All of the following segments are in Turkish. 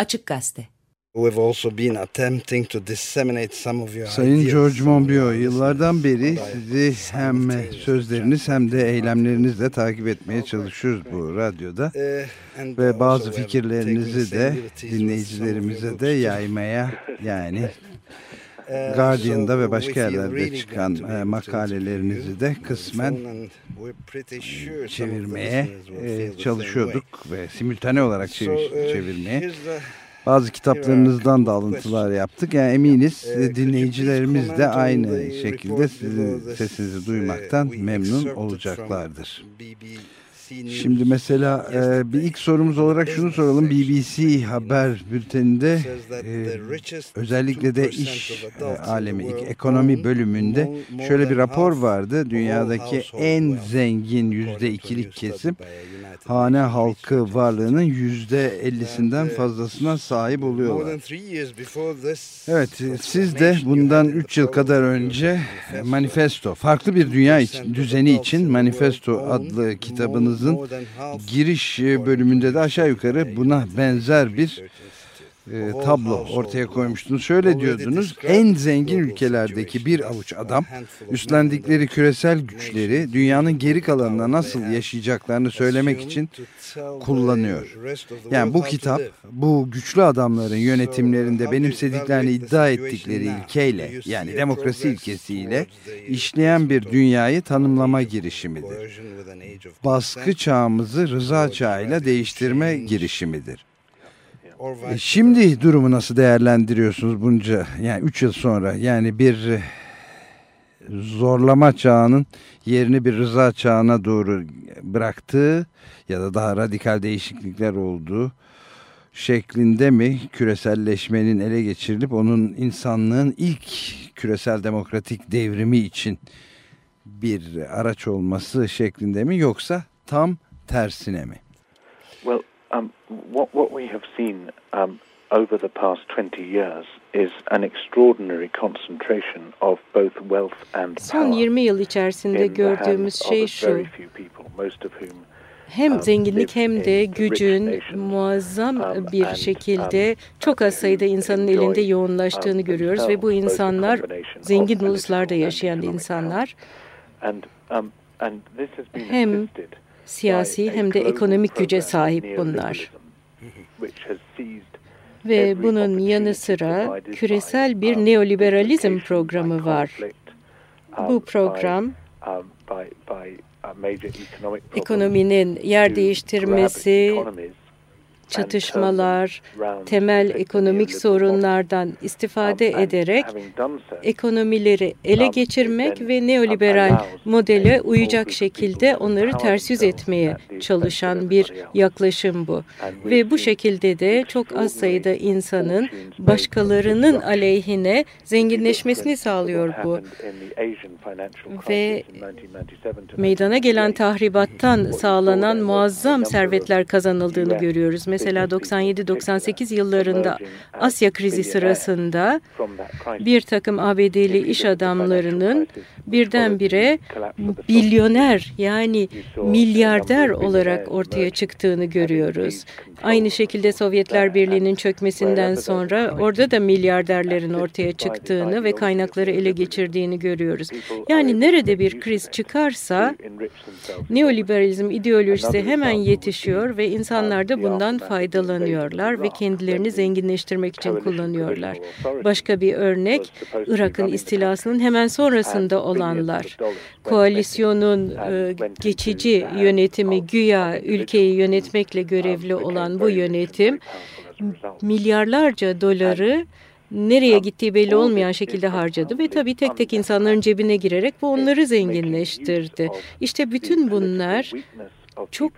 Açık Gazete. Sayın George Monbiot, yıllardan beri sizi hem sözleriniz hem de eylemlerinizle takip etmeye çalışıyoruz bu radyoda. Ve bazı fikirlerinizi de dinleyicilerimize de yaymaya, yani Guardian'da ve başka yerlerde çıkan makalelerinizi de kısmen çevirmeye çalışıyorduk ve simultane olarak çevirmeye. Bazı kitaplarınızdan da alıntılar yaptık. Yani eminiz dinleyicilerimiz de aynı şekilde sizin sesinizi duymaktan memnun olacaklardır. Şimdi mesela bir ilk sorumuz olarak şunu soralım. BBC haber bülteninde özellikle de iş alemi, ekonomi bölümünde şöyle bir rapor vardı. Dünyadaki en zengin %2'lik kesim hane halkı varlığının %50'sinden fazlasına sahip oluyorlar. Evet, siz de bundan 3 yıl kadar önce Manifesto, farklı bir dünya düzeni için Manifesto adlı kitabınızın giriş bölümünde de aşağı yukarı buna benzer bir tablo ortaya koymuştunuz. Şöyle diyordunuz: en zengin ülkelerdeki bir avuç adam üstlendikleri küresel güçleri dünyanın geri kalanına nasıl yaşayacaklarını söylemek için kullanıyor. Yani bu kitap bu güçlü adamların yönetimlerinde benimsediklerini iddia ettikleri ilkeyle, yani demokrasi ilkesiyle işleyen bir dünyayı tanımlama girişimidir. Baskı çağımızı rıza çağıyla değiştirme girişimidir. Şimdi durumu nasıl değerlendiriyorsunuz bunca, yani 3 yıl sonra, yani bir zorlama çağının yerini bir rıza çağına doğru bıraktığı ya da daha radikal değişiklikler olduğu şeklinde mi küreselleşmenin ele geçirilip onun insanlığın ilk küresel demokratik devrimi için bir araç olması şeklinde mi, yoksa tam tersine mi? What we have seen over the past 20 years is an extraordinary concentration of both wealth and power. Son 20 yıl içerisinde gördüğümüz şey şu: hem zenginlik hem de gücün muazzam bir şekilde çok az sayıda insanın elinde yoğunlaştığını görüyoruz ve bu insanlar zengin uluslarda yaşayan insanlar. Hem siyasi hem de ekonomik güce sahip bunlar. Ve bunun yanı sıra küresel bir neoliberalizm programı var. Bu program ekonominin yer değiştirmesi, çatışmalar, temel ekonomik sorunlardan istifade ederek ekonomileri ele geçirmek ve neoliberal modele uyacak şekilde onları ters yüz etmeye çalışan bir yaklaşım bu. Ve bu şekilde de çok az sayıda insanın başkalarının aleyhine zenginleşmesini sağlıyor bu. Ve meydana gelen tahribattan sağlanan muazzam servetler kazanıldığını görüyoruz. Mesela 97-98 yıllarında Asya krizi sırasında bir takım ABD'li iş adamlarının birdenbire milyoner, yani milyarder olarak ortaya çıktığını görüyoruz. Aynı şekilde Sovyetler Birliği'nin çökmesinden sonra orada da milyarderlerin ortaya çıktığını ve kaynakları ele geçirdiğini görüyoruz. Yani nerede bir kriz çıkarsa neoliberalizm ideolojisi hemen yetişiyor ve insanlar da bundan faydalanıyorlar ve kendilerini zenginleştirmek için kullanıyorlar. Başka bir örnek, Irak'ın istilasının hemen sonrasında olanlar. Koalisyonun geçici yönetimi, güya ülkeyi yönetmekle görevli olan bu yönetim milyarlarca doları nereye gittiği belli olmayan şekilde harcadı ve tabii tek tek insanların cebine girerek bu onları zenginleştirdi. İşte bütün bunlar çok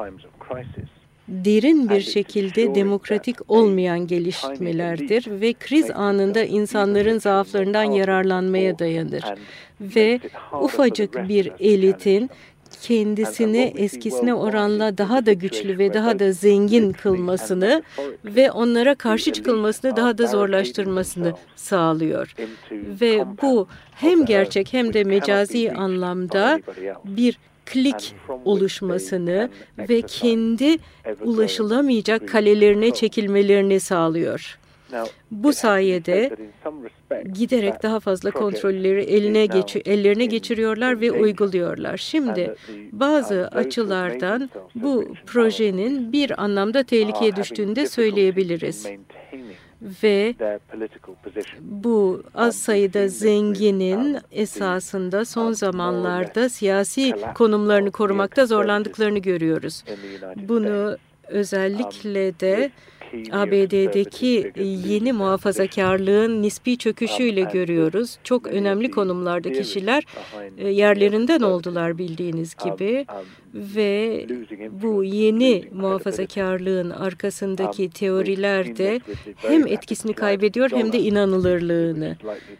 derin bir şekilde demokratik olmayan gelişmelerdir ve kriz anında insanların zaaflarından yararlanmaya dayanır. Ve ufacık bir elitin kendisini eskisine oranla daha da güçlü ve daha da zengin kılmasını ve onlara karşı çıkılmasını daha da zorlaştırmasını sağlıyor. Ve bu hem gerçek hem de mecazi anlamda bir büyüklük oluşmasını ve kendi ulaşılamayacak kalelerine çekilmelerini sağlıyor. Bu sayede giderek daha fazla kontrolleri ellerine geçiriyorlar ve uyguluyorlar. Şimdi bazı açılardan bu projenin bir anlamda tehlikeye düştüğünü de söyleyebiliriz. Ve bu az sayıda zenginin esasında son zamanlarda siyasi konumlarını korumakta zorlandıklarını görüyoruz. Bunu özellikle de ABD'deki yeni muhafazakarlığın nispi çöküşüyle görüyoruz. Çok önemli konumlarda kişiler yerlerinden oldular bildiğiniz gibi ve bu yeni muhafazakarlığın arkasındaki teoriler de hem etkisini kaybediyor hem de inanılırlığını.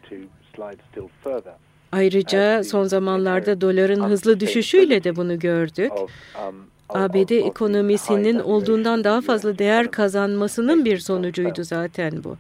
Ayrıca son zamanlarda doların hızlı düşüşüyle de bunu gördük. ABD ekonomisinin olduğundan daha fazla değer kazanmasının bir sonucuydu zaten bu.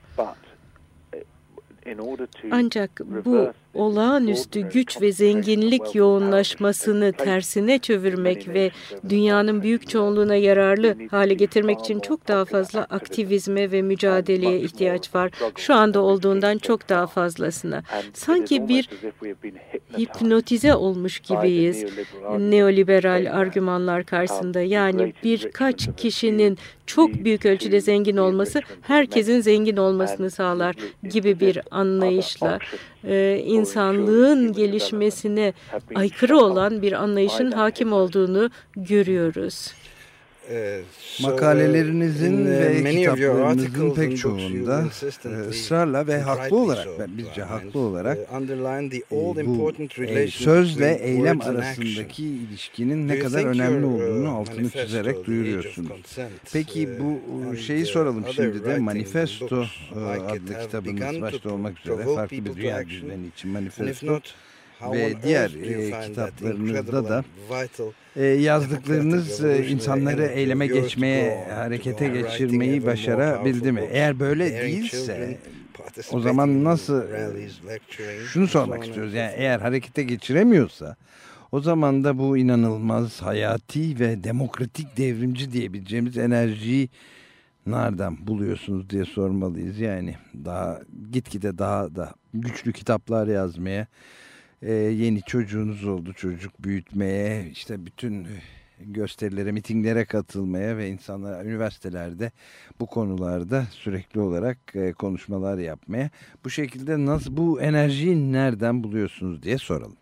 Ancak bu olağanüstü güç ve zenginlik yoğunlaşmasını tersine çevirmek ve dünyanın büyük çoğunluğuna yararlı hale getirmek için çok daha fazla aktivizme ve mücadeleye ihtiyaç var. Şu anda olduğundan çok daha fazlasına. Sanki bir hipnotize olmuş gibiyiz neoliberal argümanlar karşısında. Yani birkaç kişinin çok büyük ölçüde zengin olması herkesin zengin olmasını sağlar gibi bir anlayışla insanlığın gelişmesine aykırı olan bir anlayışın hakim olduğunu görüyoruz. Makalelerinizin ve kitaplarınızın pek çoğunda ısrarla ve haklı olarak, bizce haklı olarak bu sözle eylem arasındaki ilişkinin ne kadar önemli olduğunu altını çizerek duyuruyorsunuz. Peki bu şeyi soralım şimdi de, Manifesto adlı kitabınız başta olmak üzere farklı bir dünya düzeni için Manifesto ve diğer kitaplarınızda da yazdıklarınız insanları eyleme geçmeye, harekete geçirmeyi başarabildi mi? Eğer böyle değilse o zaman nasıl, şunu sormak istiyoruz, yani eğer harekete geçiremiyorsa o zaman da bu inanılmaz hayati ve demokratik devrimci diyebileceğimiz enerjiyi nereden buluyorsunuz diye sormalıyız. Yani daha gitgide daha da güçlü kitaplar yazmaya, yeni çocuğunuz oldu, çocuk büyütmeye, işte bütün gösterilere, mitinglere katılmaya ve insanlar üniversitelerde bu konularda sürekli olarak konuşmalar yapmaya, bu şekilde nasıl bu enerjiyi nereden buluyorsunuz diye soralım.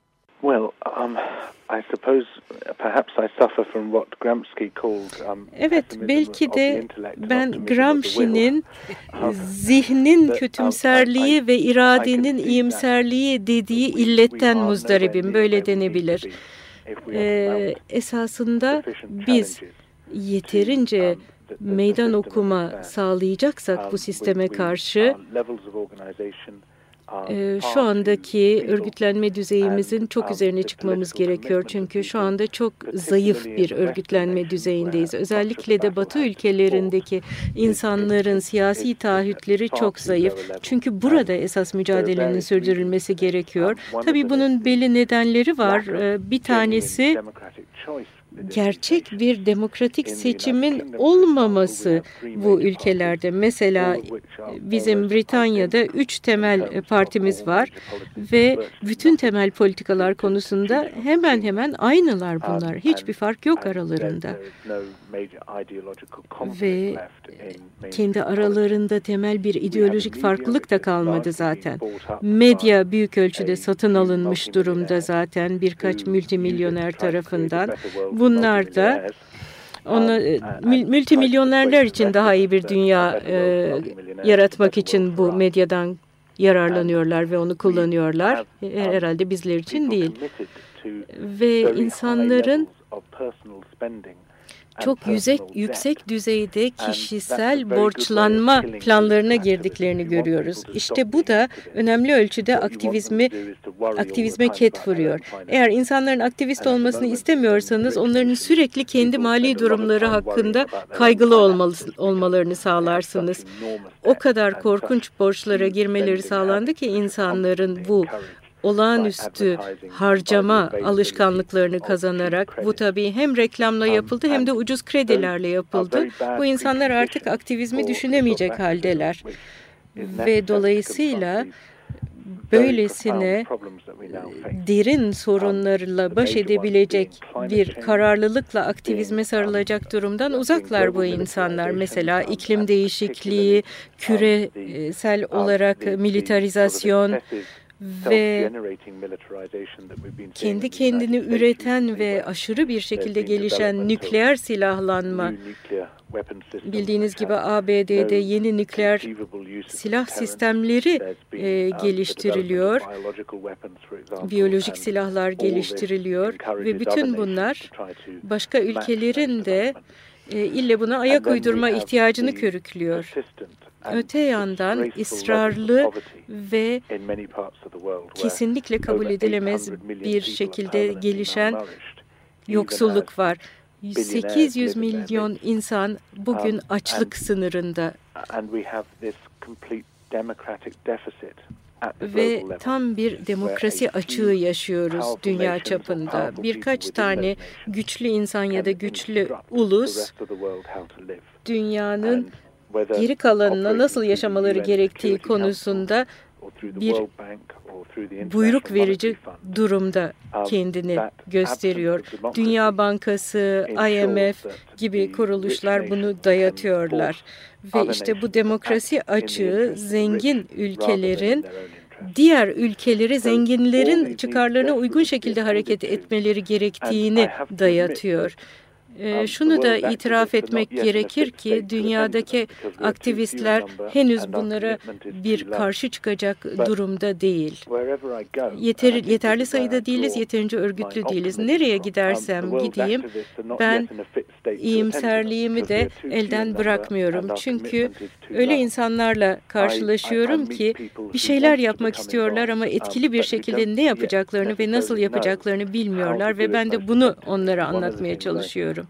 Evet, belki de ben Gramsci'nin zihnin kötümserliği ve iradenin iyimserliği dediği illetten muzdaribim, böyle denebilir. Esasında biz yeterince meydan okuma sağlayacaksak bu sisteme karşı, şu andaki örgütlenme düzeyimizin çok üzerine çıkmamız gerekiyor. Çünkü şu anda çok zayıf bir örgütlenme düzeyindeyiz. Özellikle de Batı ülkelerindeki insanların siyasi taahhütleri çok zayıf. Çünkü burada esas mücadelenin sürdürülmesi gerekiyor. Tabii bunun belli nedenleri var. Bir tanesi gerçek bir demokratik seçimin olmaması bu ülkelerde. Mesela bizim Britanya'da 3 temel partimiz var ve bütün temel politikalar konusunda hemen hemen aynılar bunlar. Hiçbir fark yok aralarında. Ve kendi aralarında temel bir ideolojik farklılık da kalmadı zaten. Medya büyük ölçüde satın alınmış durumda zaten birkaç multimilyoner tarafından. Bunlar da multimilyonlarlar için daha iyi bir dünya yaratmak için bu medyadan yararlanıyorlar ve onu kullanıyorlar. Herhalde bizler için değil. Ve insanların çok yüksek düzeyde kişisel borçlanma planlarına girdiklerini görüyoruz. İşte bu da önemli ölçüde aktivizme ket vuruyor. Eğer insanların aktivist olmasını istemiyorsanız onların sürekli kendi mali durumları hakkında kaygılı olmalarını sağlarsınız. O kadar korkunç borçlara girmeleri sağlandı ki insanların bu olağanüstü harcama alışkanlıklarını kazanarak, bu tabii hem reklamla yapıldı hem de ucuz kredilerle yapıldı. Bu insanlar artık aktivizmi düşünemeyecek haldeler. Ve dolayısıyla böylesine derin sorunlarla baş edebilecek bir kararlılıkla aktivizme sarılacak durumdan uzaklar bu insanlar. Mesela iklim değişikliği, küresel olarak militarizasyon ve kendi kendini üreten ve aşırı bir şekilde gelişen nükleer silahlanma. Bildiğiniz gibi ABD'de yeni nükleer silah sistemleri geliştiriliyor, biyolojik silahlar geliştiriliyor ve bütün bunlar başka ülkelerin de ille buna ayak uydurma ihtiyacını körüklüyor. Öte yandan ısrarlı ve kesinlikle kabul edilemez bir şekilde gelişen yoksulluk var. 800 milyon insan bugün açlık sınırında ve tam bir demokrasi açığı yaşıyoruz dünya çapında. Birkaç tane güçlü insan ya da güçlü ulus dünyanın geri kalanına nasıl yaşamaları gerektiği konusunda bir buyruk verici durumda kendini gösteriyor. Dünya Bankası, IMF gibi kuruluşlar bunu dayatıyorlar. Ve işte bu demokrasi açığı zengin ülkelerin diğer ülkelere zenginlerin çıkarlarına uygun şekilde hareket etmeleri gerektiğini dayatıyor. Şunu da itiraf etmek gerekir ki dünyadaki aktivistler henüz bunlara bir karşı çıkacak durumda değil. Yeterli sayıda değiliz, yeterince örgütlü değiliz. Nereye gidersem gideyim ben iyimserliğimi de elden bırakmıyorum. Çünkü öyle insanlarla karşılaşıyorum ki bir şeyler yapmak istiyorlar ama etkili bir şekilde ne yapacaklarını ve nasıl yapacaklarını bilmiyorlar ve ben de bunu onlara anlatmaya çalışıyorum.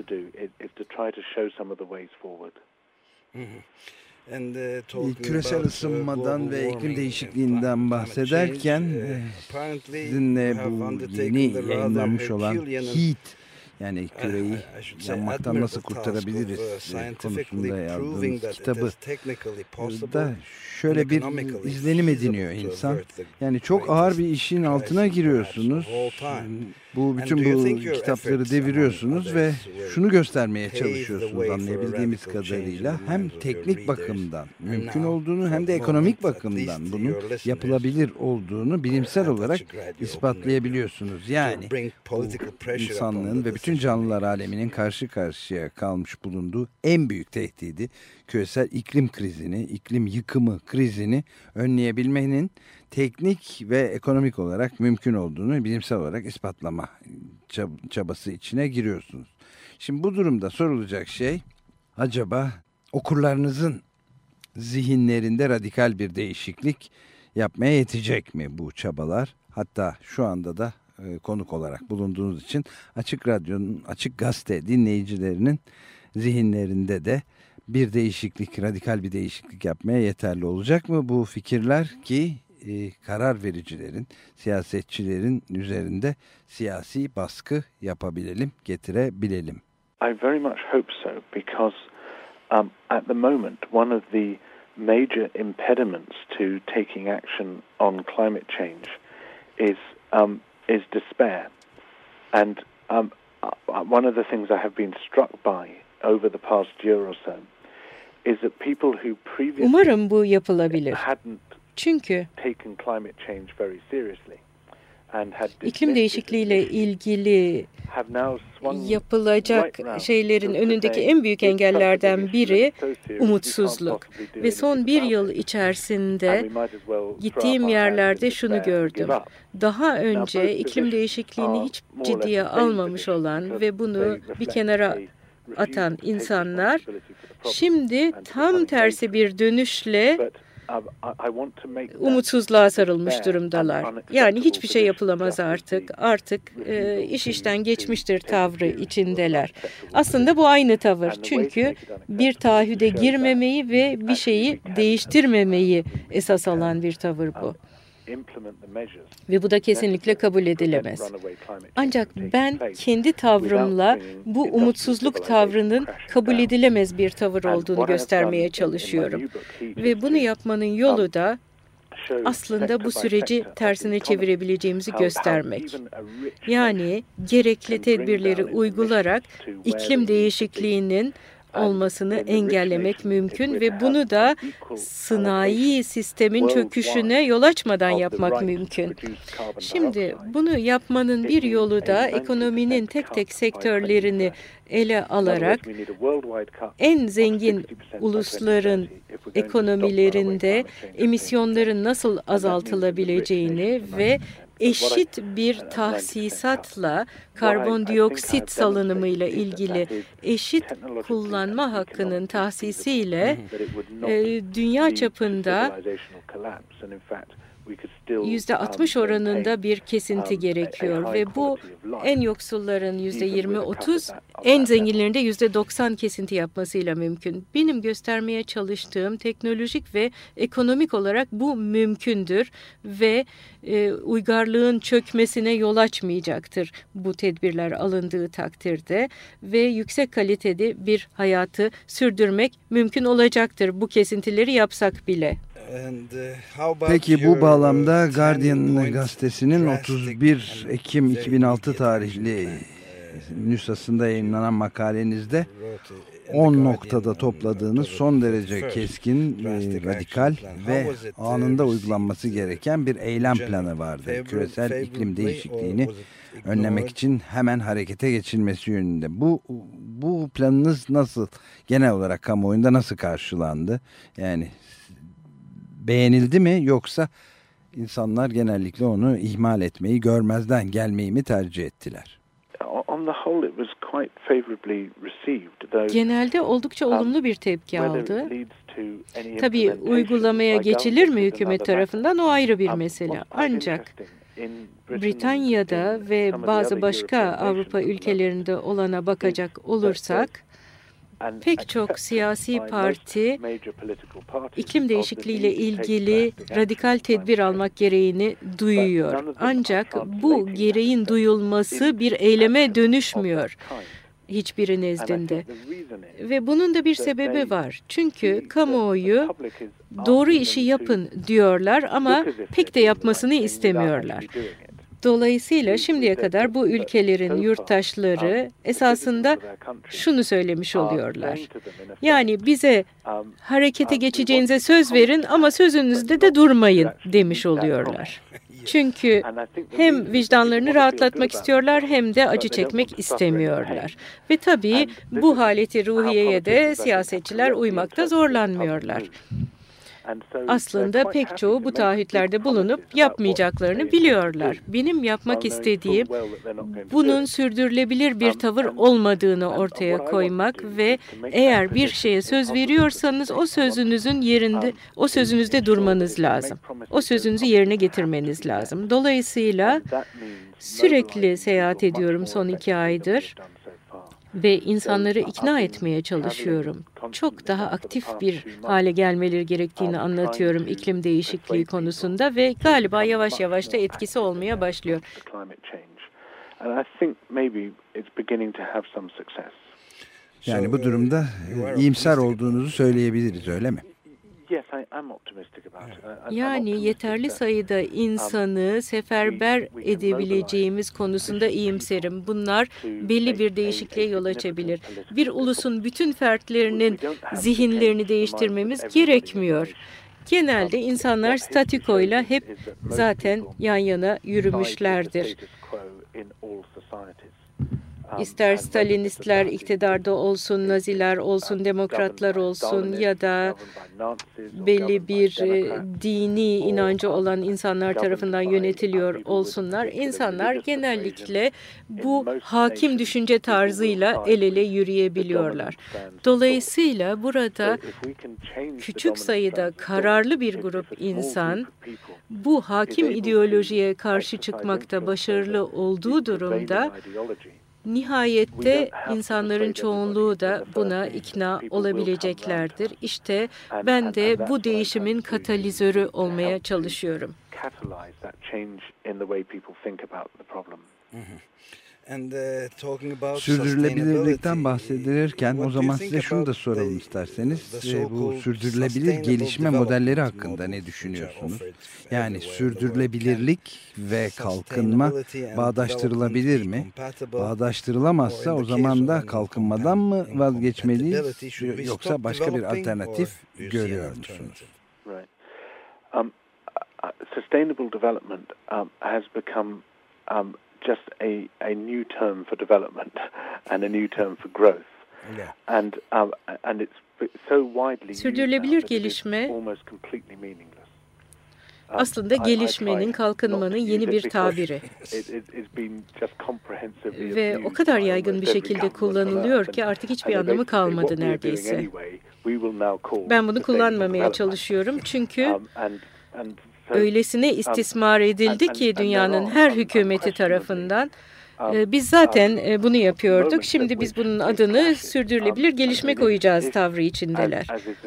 Küresel ısınmadan ve iklim değişikliğinden bahsederken sizinle bu yeni yayınlanmış olan Heat, yani küreyi yanmaktan nasıl kurtarabiliriz konusunda yazdığınız kitabı da şöyle bir izlenim ediniyor insan. Yani çok ağır bir işin altına giriyorsunuz. Bütün bu kitapları deviriyorsunuz ve şunu göstermeye çalışıyorsunuz anlayabildiğimiz kadarıyla. Hem teknik bakımdan mümkün olduğunu hem de ekonomik bakımdan bunun yapılabilir olduğunu bilimsel olarak ispatlayabiliyorsunuz. Yani bu insanlığın ve bütün canlılar aleminin karşı karşıya kalmış bulunduğu en büyük tehdidi, küresel iklim krizini, iklim yıkımı krizini önleyebilmenin teknik ve ekonomik olarak mümkün olduğunu bilimsel olarak ispatlama çabası içine giriyorsunuz. Şimdi bu durumda sorulacak şey, acaba okurlarınızın zihinlerinde radikal bir değişiklik yapmaya yetecek mi bu çabalar? Hatta şu anda da konuk olarak bulunduğunuz için Açık Radyo'nun, Açık Gazete dinleyicilerinin zihinlerinde de bir değişiklik, radikal bir değişiklik yapmaya yeterli olacak mı bu fikirler ki karar vericilerin, siyasetçilerin üzerinde siyasi baskı yapabilelim, getirebilelim? I very much hope so because at the moment one of the major impediments to taking action on climate change is despair. And one of the things I have been struck by over the past year or so is that people who previously umarım bu yapılabilir. Çünkü iklim değişikliğiyle ilgili yapılacak şeylerin önündeki en büyük engellerden biri umutsuzluk. Ve son bir yıl içerisinde gittiğim yerlerde şunu gördüm. Daha önce iklim değişikliğini hiç ciddiye almamış olan ve bunu bir kenara atan insanlar şimdi tam tersi bir dönüşle umutsuzluğa sarılmış durumdalar. Yani hiçbir şey yapılamaz artık. Artık iş işten geçmiştir tavrı içindeler. Aslında bu aynı tavır. Çünkü bir taahhüde girmemeyi ve bir şeyi değiştirmemeyi esas alan bir tavır bu. Ve bu da kesinlikle kabul edilemez. Ancak ben kendi tavrımla bu umutsuzluk tavrının kabul edilemez bir tavır olduğunu göstermeye çalışıyorum. Ve bunu yapmanın yolu da aslında bu süreci tersine çevirebileceğimizi göstermek. Yani gerekli tedbirleri uygularak iklim değişikliğinin olmasını engellemek mümkün ve bunu da sanayi sistemin çöküşüne yol açmadan yapmak mümkün. Şimdi bunu yapmanın bir yolu da ekonominin tek tek sektörlerini ele alarak en zengin ulusların ekonomilerinde emisyonların nasıl azaltılabileceğini ve eşit bir tahsisatla karbondioksit salınımıyla ilgili eşit kullanma hakkının tahsisiyle dünya çapında %60 oranında bir kesinti gerekiyor ve bu en yoksulların %20-30, en zenginlerin de %90 kesinti yapmasıyla mümkün. Benim göstermeye çalıştığım teknolojik ve ekonomik olarak bu mümkündür ve uygarlığın çökmesine yol açmayacaktır bu tedbirler alındığı takdirde ve yüksek kaliteli bir hayatı sürdürmek mümkün olacaktır bu kesintileri yapsak bile. Peki bu bağlamda Guardian gazetesinin 31 Ekim 2006 tarihli nüshasında yayınlanan makalenizde 10 noktada topladığınız son derece keskin, radikal ve anında uygulanması gereken bir eylem planı vardı. Küresel iklim değişikliğini önlemek için hemen harekete geçilmesi yönünde. Bu planınız nasıl, genel olarak kamuoyunda nasıl karşılandı? Yani beğenildi mi yoksa insanlar genellikle onu ihmal etmeyi, görmezden gelmeyi mi tercih ettiler? Genelde oldukça olumlu bir tepki aldı. Tabii uygulamaya geçilir mi hükümet tarafından o ayrı bir mesele. Ancak Britanya'da ve bazı başka Avrupa ülkelerinde olana bakacak olursak, pek çok siyasi parti iklim değişikliğiyle ilgili radikal tedbir almak gereğini duyuyor. Ancak bu gereğin duyulması bir eyleme dönüşmüyor hiçbiri nezdinde. Ve bunun da bir sebebi var. Çünkü kamuoyu doğru işi yapın diyorlar ama pek de yapmasını istemiyorlar. Dolayısıyla şimdiye kadar bu ülkelerin yurttaşları esasında şunu söylemiş oluyorlar. Yani bize harekete geçeceğinize söz verin ama sözünüzde de durmayın demiş oluyorlar. Çünkü hem vicdanlarını rahatlatmak istiyorlar hem de acı çekmek istemiyorlar. Ve tabii bu haleti ruhiyeye de siyasetçiler uymakta zorlanmıyorlar. Aslında pek çoğu bu taahhütlerde bulunup yapmayacaklarını biliyorlar. Benim yapmak istediğim bunun sürdürülebilir bir tavır olmadığını ortaya koymak ve eğer bir şeye söz veriyorsanız o sözünüzde durmanız lazım. O sözünüzü yerine getirmeniz lazım. Dolayısıyla sürekli seyahat ediyorum son 2 aydır. Ve insanları ikna etmeye çalışıyorum. Çok daha aktif bir hale gelmeleri gerektiğini anlatıyorum iklim değişikliği konusunda ve galiba yavaş yavaş da etkisi olmaya başlıyor. Yani bu durumda iyimser olduğunuzu söyleyebiliriz, öyle mi? Yani yeterli sayıda insanı seferber edebileceğimiz konusunda iyimserim. Bunlar belli bir değişikliğe yol açabilir. Bir ulusun bütün fertlerinin zihinlerini değiştirmemiz gerekmiyor. Genelde insanlar statükoyla hep zaten yan yana yürümüşlerdir. İster Stalinistler iktidarda olsun, Naziler olsun, Demokratlar olsun ya da belli bir dini inancı olan insanlar tarafından yönetiliyor olsunlar. İnsanlar genellikle bu hakim düşünce tarzıyla el ele yürüyebiliyorlar. Dolayısıyla burada küçük sayıda kararlı bir grup insan bu hakim ideolojiye karşı çıkmakta başarılı olduğu durumda nihayette insanların çoğunluğu da buna ikna olabileceklerdir. İşte ben de bu değişimin katalizörü olmaya çalışıyorum. catalyze that change in the way people think about the problem. Sürdürülebilirlikten bahsedilirken o zaman size şunu da soralım isterseniz. Bu sürdürülebilir gelişme modelleri hakkında ne düşünüyorsunuz? Yani sürdürülebilirlik ve kalkınma bağdaştırılabilir mi? Bağdaştırılamazsa o zaman da kalkınmadan mı vazgeçmeliyiz yoksa başka bir alternatif görüyor musunuz? Right. Sustainable development has become just a new term for development and a new term for growth. Yeah. And it's so widely Sürdürülebilir gelişme aslında gelişmenin, kalkınmanın yeni bir tabiri. Ve o kadar yaygın bir şekilde kullanılıyor ki artık hiçbir anlamı kalmadı neredeyse. Ben bunu kullanmamaya çalışıyorum çünkü öylesine istismar edildi ki dünyanın her hükümeti tarafından. Biz zaten bunu yapıyorduk. Şimdi biz bunun adını sürdürülebilir gelişme koyacağız tavrı içindeler.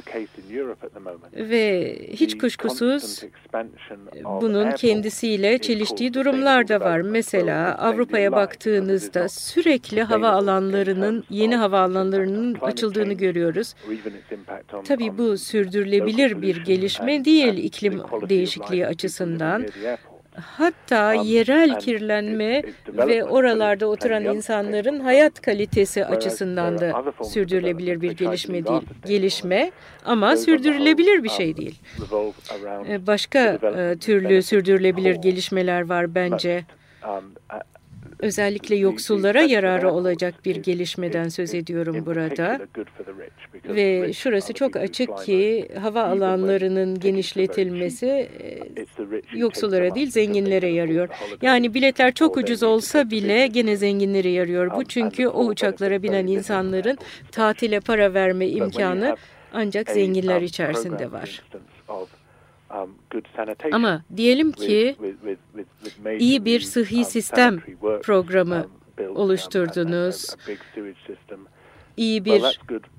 Ve hiç kuşkusuz bunun kendisiyle çeliştiği durumlar da var. Mesela Avrupa'ya baktığınızda sürekli hava alanlarının, yeni hava alanlarının açıldığını görüyoruz. Tabii bu sürdürülebilir bir gelişme değil iklim değişikliği açısından. Hatta yerel kirlenme ve oralarda oturan insanların hayat kalitesi açısından da sürdürülebilir bir gelişme değil. Gelişme ama sürdürülebilir bir şey değil. Başka türlü sürdürülebilir gelişmeler var bence. Özellikle yoksullara yararı olacak bir gelişmeden söz ediyorum burada. Ve şurası çok açık ki hava alanlarının genişletilmesi yoksullara değil zenginlere yarıyor. Yani biletler çok ucuz olsa bile gene zenginlere yarıyor. Bu çünkü o uçaklara binen insanların tatile para verme imkanı ancak zenginler içerisinde var. Ama diyelim ki iyi bir sıhhi sistem programı oluşturdunuz, iyi bir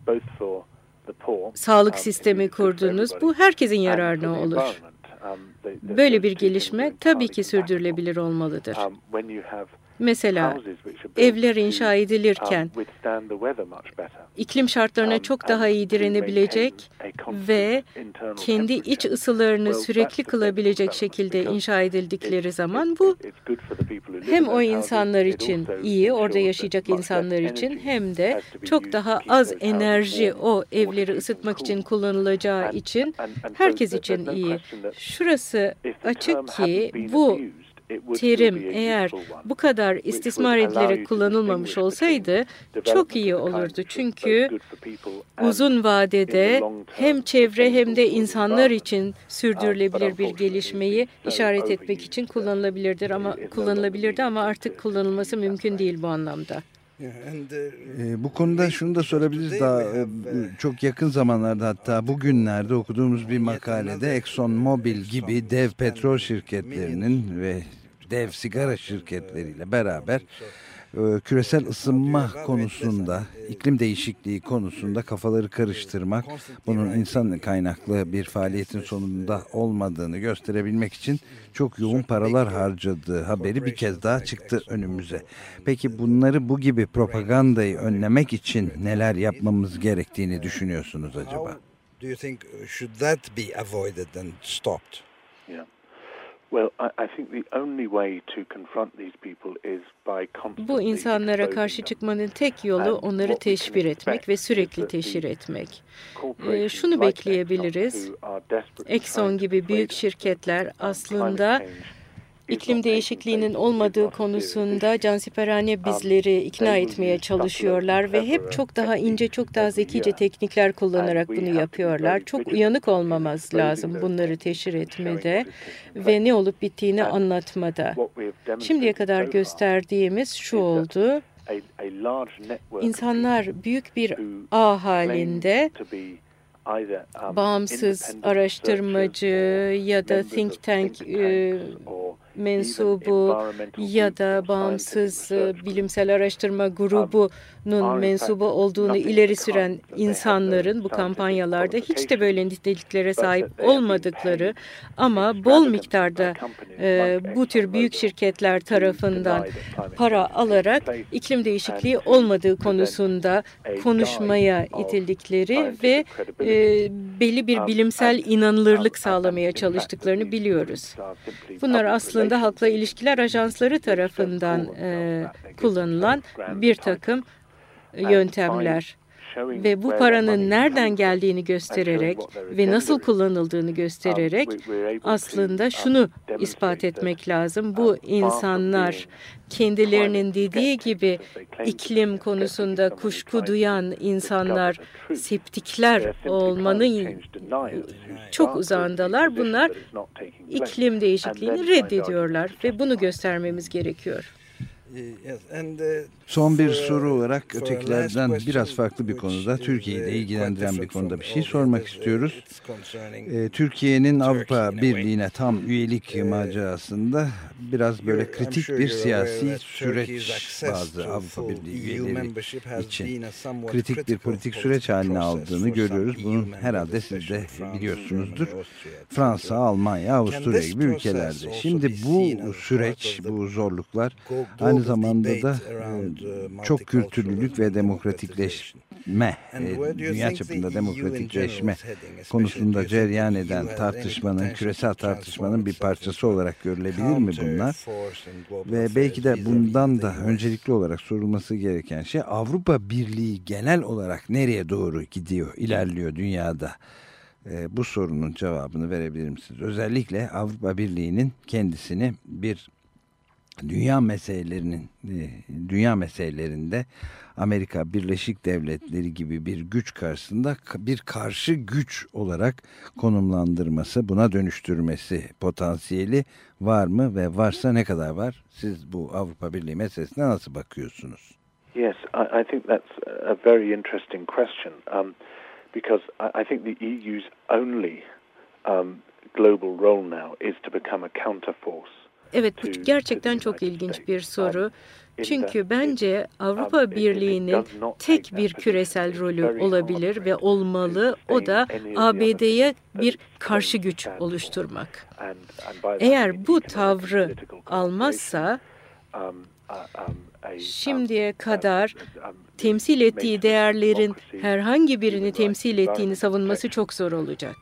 sağlık sistemi kurdunuz. Bu herkesin yararına olur. Böyle bir gelişme tabii ki sürdürülebilir olmalıdır. Mesela evler inşa edilirken iklim şartlarına çok daha iyi direnebilecek ve kendi iç ısılarını sürekli kılabilecek şekilde inşa edildikleri zaman bu hem o insanlar için iyi, orada yaşayacak insanlar için hem de çok daha az enerji o evleri ısıtmak için kullanılacağı için herkes için iyi. Şurası açık ki bu terim eğer bu kadar istismar edilerek kullanılmamış olsaydı çok iyi olurdu. Çünkü uzun vadede hem çevre hem de insanlar için sürdürülebilir bir gelişmeyi işaret etmek için kullanılabilirdi ama artık kullanılması mümkün değil bu anlamda. Bu konuda şunu da sorabiliriz daha çok yakın zamanlarda hatta bugünlerde okuduğumuz bir makalede ExxonMobil gibi dev petrol şirketlerinin ve dev sigara şirketleriyle beraber küresel ısınma konusunda, iklim değişikliği konusunda kafaları karıştırmak, bunun insan kaynaklı bir faaliyetin sonunda olmadığını gösterebilmek için çok yoğun paralar harcadığı haberi bir kez daha çıktı önümüze. Peki bunları bu gibi propagandayı önlemek için neler yapmamız gerektiğini düşünüyorsunuz acaba? Do you think should that be avoided and stopped? Yeah. Bu insanlara karşı çıkmanın tek yolu onları teşvir etmek ve sürekli teşhir etmek. Şunu bekleyebiliriz. Exxon gibi büyük şirketler aslında iklim değişikliğinin olmadığı konusunda cansiperane bizleri ikna etmeye çalışıyorlar ve hep çok daha ince, çok daha zekice teknikler kullanarak bunu yapıyorlar. Çok uyanık olmamız lazım bunları teşhir etmede ve ne olup bittiğini anlatmada. Şimdiye kadar gösterdiğimiz şu oldu. İnsanlar büyük bir ağ halinde bağımsız araştırmacı ya da think tank mensubu ya da bağımsız bilimsel araştırma grubunun mensubu olduğunu ileri süren insanların bu kampanyalarda hiç de böyle niteliklere sahip olmadıkları ama bol miktarda bu tür büyük şirketler tarafından para alarak iklim değişikliği olmadığı konusunda konuşmaya itildikleri ve belli bir bilimsel inanılırlık sağlamaya çalıştıklarını biliyoruz. Bunlar aslında halkla ilişkiler ajansları tarafından kullanılan bir takım yöntemler. Ve bu paranın nereden geldiğini göstererek ve nasıl kullanıldığını göstererek aslında şunu ispat etmek lazım. Bu insanlar kendilerinin dediği gibi iklim konusunda kuşku duyan insanlar, skeptikler olmanın çok uzağındalar. Bunlar iklim değişikliğini reddediyorlar ve bunu göstermemiz gerekiyor. Son bir soru olarak ötekilerden biraz farklı bir konuda, Türkiye'yi de ilgilendiren bir konuda bir şey sormak istiyoruz. Türkiye'nin Avrupa Birliği'ne tam üyelik macerasında biraz böyle kritik bir siyasi süreç bazı Avrupa Birliği üyeleri için kritik bir politik süreç haline aldığını görüyoruz. Bunun herhalde siz de biliyorsunuzdur. Fransa, Almanya, Avusturya gibi ülkelerde. Şimdi bu süreç, bu zorluklar aynı zamanda da çok kültürlülük ve demokratikleşme, dünya çapında demokratikleşme konusunda cereyan eden tartışmanın, küresel tartışmanın bir parçası olarak görülebilir mi bunlar? Ve belki de bundan da öncelikli olarak sorulması gereken şey, Avrupa Birliği genel olarak nereye doğru gidiyor, ilerliyor dünyada? Bu sorunun cevabını verebilir misiniz? Özellikle Avrupa Birliği'nin kendisini bir dünya meselelerinde Amerika Birleşik Devletleri gibi bir güç karşısında bir karşı güç olarak konumlandırması, buna dönüştürmesi potansiyeli var mı ve varsa ne kadar var? Siz bu Avrupa Birliği meselesine nasıl bakıyorsunuz? Yes, I think that's a very interesting question because I think the EU's only global role now is to become a counterforce. Evet, bu gerçekten çok ilginç bir soru. Çünkü bence Avrupa Birliği'nin tek bir küresel rolü olabilir ve olmalı. O da ABD'ye bir karşı güç oluşturmak. Eğer bu tavrı almazsa şimdiye kadar temsil ettiği değerlerin herhangi birini temsil ettiğini savunması çok zor olacak.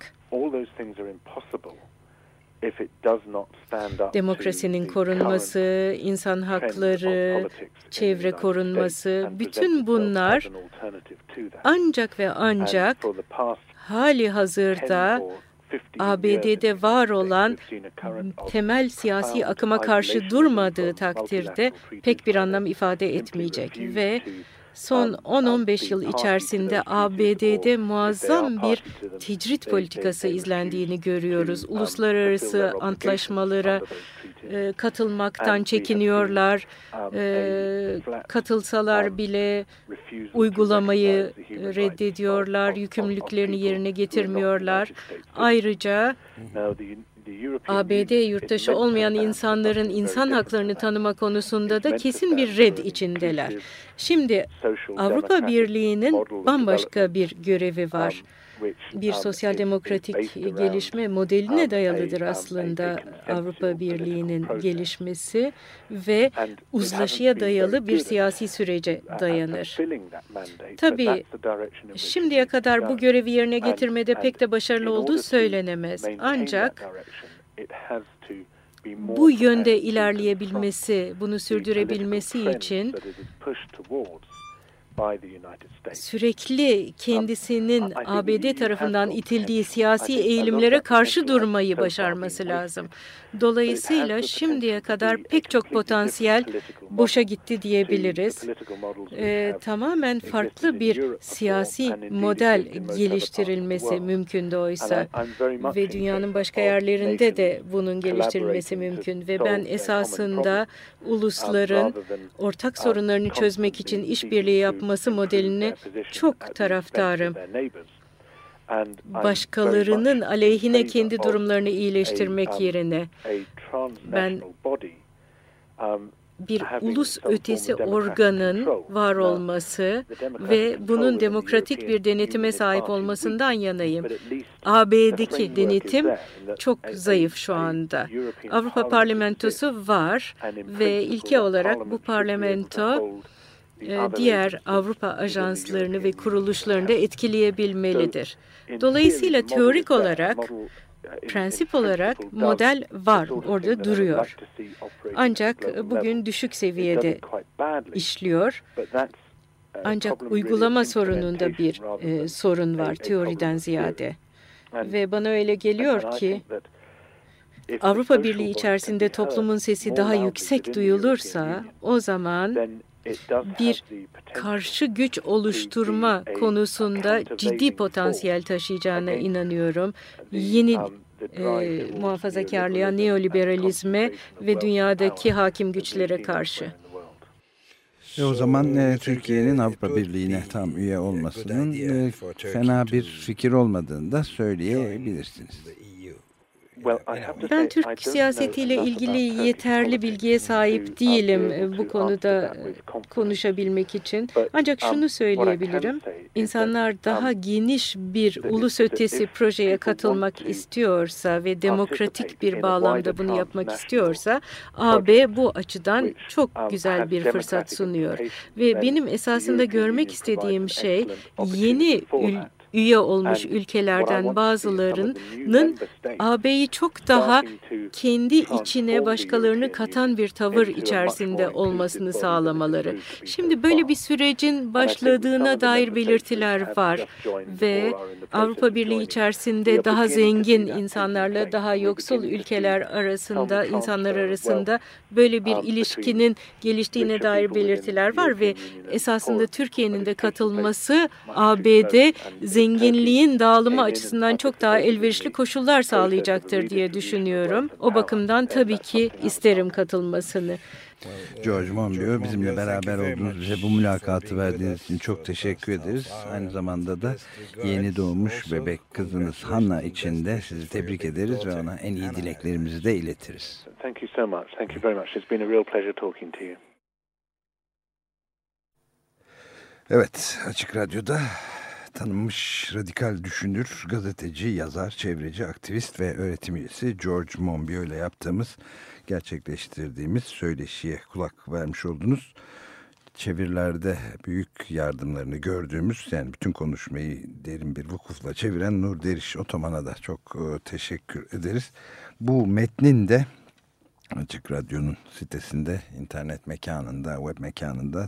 Demokrasinin korunması, insan hakları, çevre korunması, bütün bunlar ancak ve ancak hali hazırda ABD'de var olan temel siyasi akıma karşı durmadığı takdirde pek bir anlam ifade etmeyecek ve son 10-15 yıl içerisinde ABD'de muazzam bir tecrit politikası izlendiğini görüyoruz. Uluslararası antlaşmalara katılmaktan çekiniyorlar. Katılsalar bile uygulamayı reddediyorlar, yükümlülüklerini yerine getirmiyorlar. Ayrıca ABD yurttaşı olmayan insanların insan haklarını tanıma konusunda da kesin bir red içindeler. Şimdi Avrupa Birliği'nin bambaşka bir görevi var. Bir sosyal demokratik gelişme modeline dayalıdır aslında Avrupa Birliği'nin gelişmesi ve uzlaşıya dayalı bir siyasi sürece dayanır. Tabii şimdiye kadar bu görevi yerine getirmede pek de başarılı olduğu söylenemez. Ancak bu yönde ilerleyebilmesi, bunu sürdürebilmesi için sürekli kendisinin ABD tarafından itildiği siyasi eğilimlere karşı durmayı başarması lazım. Dolayısıyla şimdiye kadar pek çok potansiyel boşa gitti diyebiliriz. Tamamen farklı bir siyasi model geliştirilmesi mümkün oysa ve dünyanın başka yerlerinde de bunun geliştirilmesi mümkün ve ben esasında ulusların ortak sorunlarını çözmek için işbirliği yapması modelini çok taraftarım. başkalarının aleyhine kendi durumlarını iyileştirmek yerine ben bir ulus ötesi organın var olması ve bunun demokratik bir denetime sahip olmasından yanayım. AB'deki denetim çok zayıf şu anda. Avrupa Parlamentosu var ve ilke olarak bu parlamento diğer Avrupa ajanslarını ve kuruluşlarını da etkileyebilmelidir. Dolayısıyla teorik olarak, prensip olarak model var, orada duruyor. Ancak bugün düşük seviyede işliyor. Ancak uygulama sorununda bir sorun var teoriden ziyade. Ve bana öyle geliyor ki Avrupa Birliği içerisinde toplumun sesi daha yüksek duyulursa o zaman bir karşı güç oluşturma konusunda ciddi potansiyel taşıyacağına inanıyorum. Yeni muhafazakarlığa, neoliberalizme ve dünyadaki hakim güçlere karşı. O zaman Türkiye'nin Avrupa Birliği'ne tam üye olmasının fena bir fikir olmadığını da söyleyebilirsiniz. Ben Türk siyasetiyle ilgili yeterli bilgiye sahip değilim bu konuda konuşabilmek için. Ancak şunu söyleyebilirim. İnsanlar daha geniş bir ulus ötesi projeye katılmak istiyorsa ve demokratik bir bağlamda bunu yapmak istiyorsa AB bu açıdan çok güzel bir fırsat sunuyor. Ve benim esasında görmek istediğim şey yeni üye olmuş ülkelerden bazılarının AB'yi çok daha kendi içine başkalarını katan bir tavır içerisinde olmasını sağlamaları. Şimdi böyle bir sürecin başladığına dair belirtiler var ve Avrupa Birliği içerisinde daha zengin insanlarla daha yoksul ülkeler arasında, insanlar arasında böyle bir ilişkinin geliştiğine dair belirtiler var ve esasında Türkiye'nin de katılması AB'de zenginliğin dağılımı açısından çok daha elverişli koşullar sağlayacaktır diye düşünüyorum. O bakımdan tabii ki isterim katılmasını. George Monbiot, bizimle beraber olduğunuz, bize bu mülakatı verdiğiniz için çok teşekkür ederiz. Aynı zamanda da yeni doğmuş bebek kızınız Hannah için de sizi tebrik ederiz ve ona en iyi dileklerimizi de iletiriz. Thank you so much. Thank you very much. It's been a real pleasure talking to you. Evet, Açık Radyo'da tanınmış radikal düşünür, gazeteci, yazar, çevreci, aktivist ve öğretim üyesi George Monbiot ile gerçekleştirdiğimiz söyleşiye kulak vermiş oldunuz. Çevirilerde büyük yardımlarını gördüğümüz, yani bütün konuşmayı derin bir vakıfla çeviren Nur Deriş Otoman'a da çok teşekkür ederiz. Bu metnin de Açık Radyo'nun sitesinde, internet mekanında, web mekanında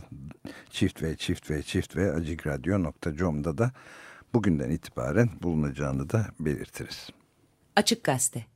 @açikradyo.com'da da bugünden itibaren bulunacağını da belirtiriz. Açık Gazete.